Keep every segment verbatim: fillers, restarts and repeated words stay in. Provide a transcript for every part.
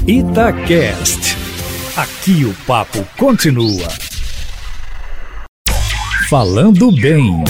Itacast. Aqui o papo continua. Falando bem.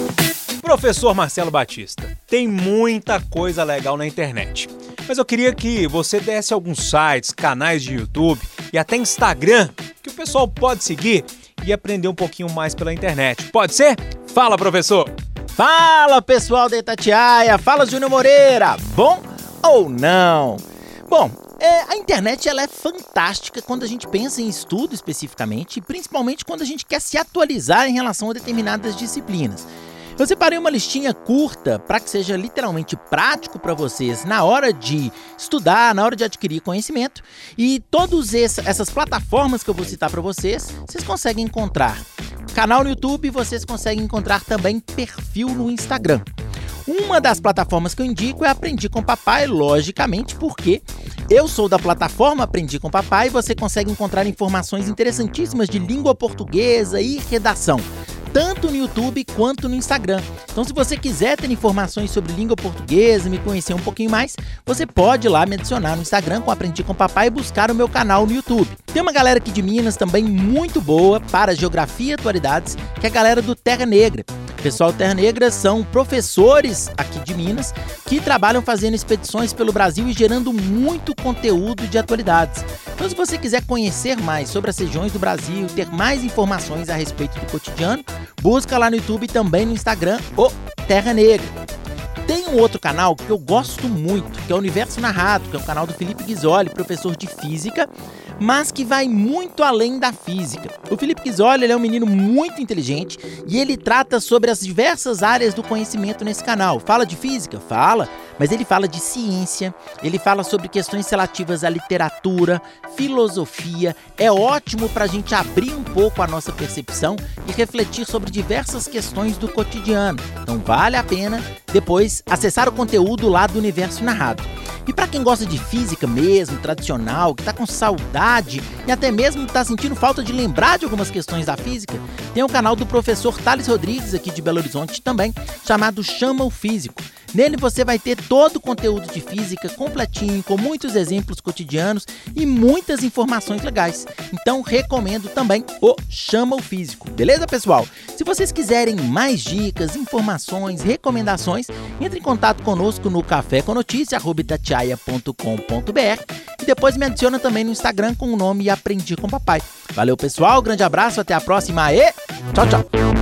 Professor Marcelo Batista, tem muita coisa legal na internet, mas eu queria que você desse alguns sites, canais de YouTube e até Instagram que o pessoal pode seguir e aprender um pouquinho mais pela internet. Pode ser? Fala, professor! Fala, pessoal da Itatiaia! Fala, Júnior Moreira! Bom ou não? Bom, é, a internet ela é fantástica quando a gente pensa em estudo especificamente e principalmente quando a gente quer se atualizar em relação a determinadas disciplinas. Eu separei uma listinha curta para que seja literalmente prático para vocês na hora de estudar, na hora de adquirir conhecimento. E todas essas plataformas que eu vou citar para vocês, vocês conseguem encontrar canal no YouTube e vocês conseguem encontrar também perfil no Instagram. Uma das plataformas que eu indico é Aprendi com Papai, logicamente, porque eu sou da plataforma Aprendi com Papai e você consegue encontrar informações interessantíssimas de língua portuguesa e redação, tanto no YouTube quanto no Instagram. Então, se você quiser ter informações sobre língua portuguesa, me conhecer um pouquinho mais, você pode ir lá me adicionar no Instagram com Aprendi com Papai e buscar o meu canal no YouTube. Tem uma galera aqui de Minas também muito boa para geografia e atualidades, que é a galera do Terra Negra. O pessoal do Terra Negra são professores aqui de Minas que trabalham fazendo expedições pelo Brasil e gerando muito conteúdo de atualidades. Então, se você quiser conhecer mais sobre as regiões do Brasil, ter mais informações a respeito do cotidiano, busca lá no YouTube e também no Instagram o Terra Negra. Tem um outro canal que eu gosto muito, que é o Universo Narrado, que é o canal do Felipe Ghisoli, professor de física, mas que vai muito além da física. O Felipe Ghisoli ele é um menino muito inteligente e ele trata sobre as diversas áreas do conhecimento nesse canal. Fala de física? Fala, mas ele fala de ciência, ele fala sobre questões relativas à literatura, filosofia. É ótimo para a gente abrir um pouco a nossa percepção e refletir sobre diversas questões do cotidiano. Então vale a pena depois acessar o conteúdo lá do Universo Narrado. E para quem gosta de física mesmo, tradicional, que está com saudade e até mesmo está sentindo falta de lembrar de algumas questões da física, tem o canal do professor Thales Rodrigues, aqui de Belo Horizonte também, chamado Chama o Físico. Nele você vai ter todo o conteúdo de física completinho, com muitos exemplos cotidianos e muitas informações legais. Então recomendo também o Chama o Físico. Beleza, pessoal? Se vocês quiserem mais dicas, informações, recomendações, entre em contato conosco no café com notícia arroba itatiaia ponto com ponto br e depois me adiciona também no Instagram com o nome Aprendi com Papai. Valeu, pessoal, grande abraço, até a próxima e tchau, tchau!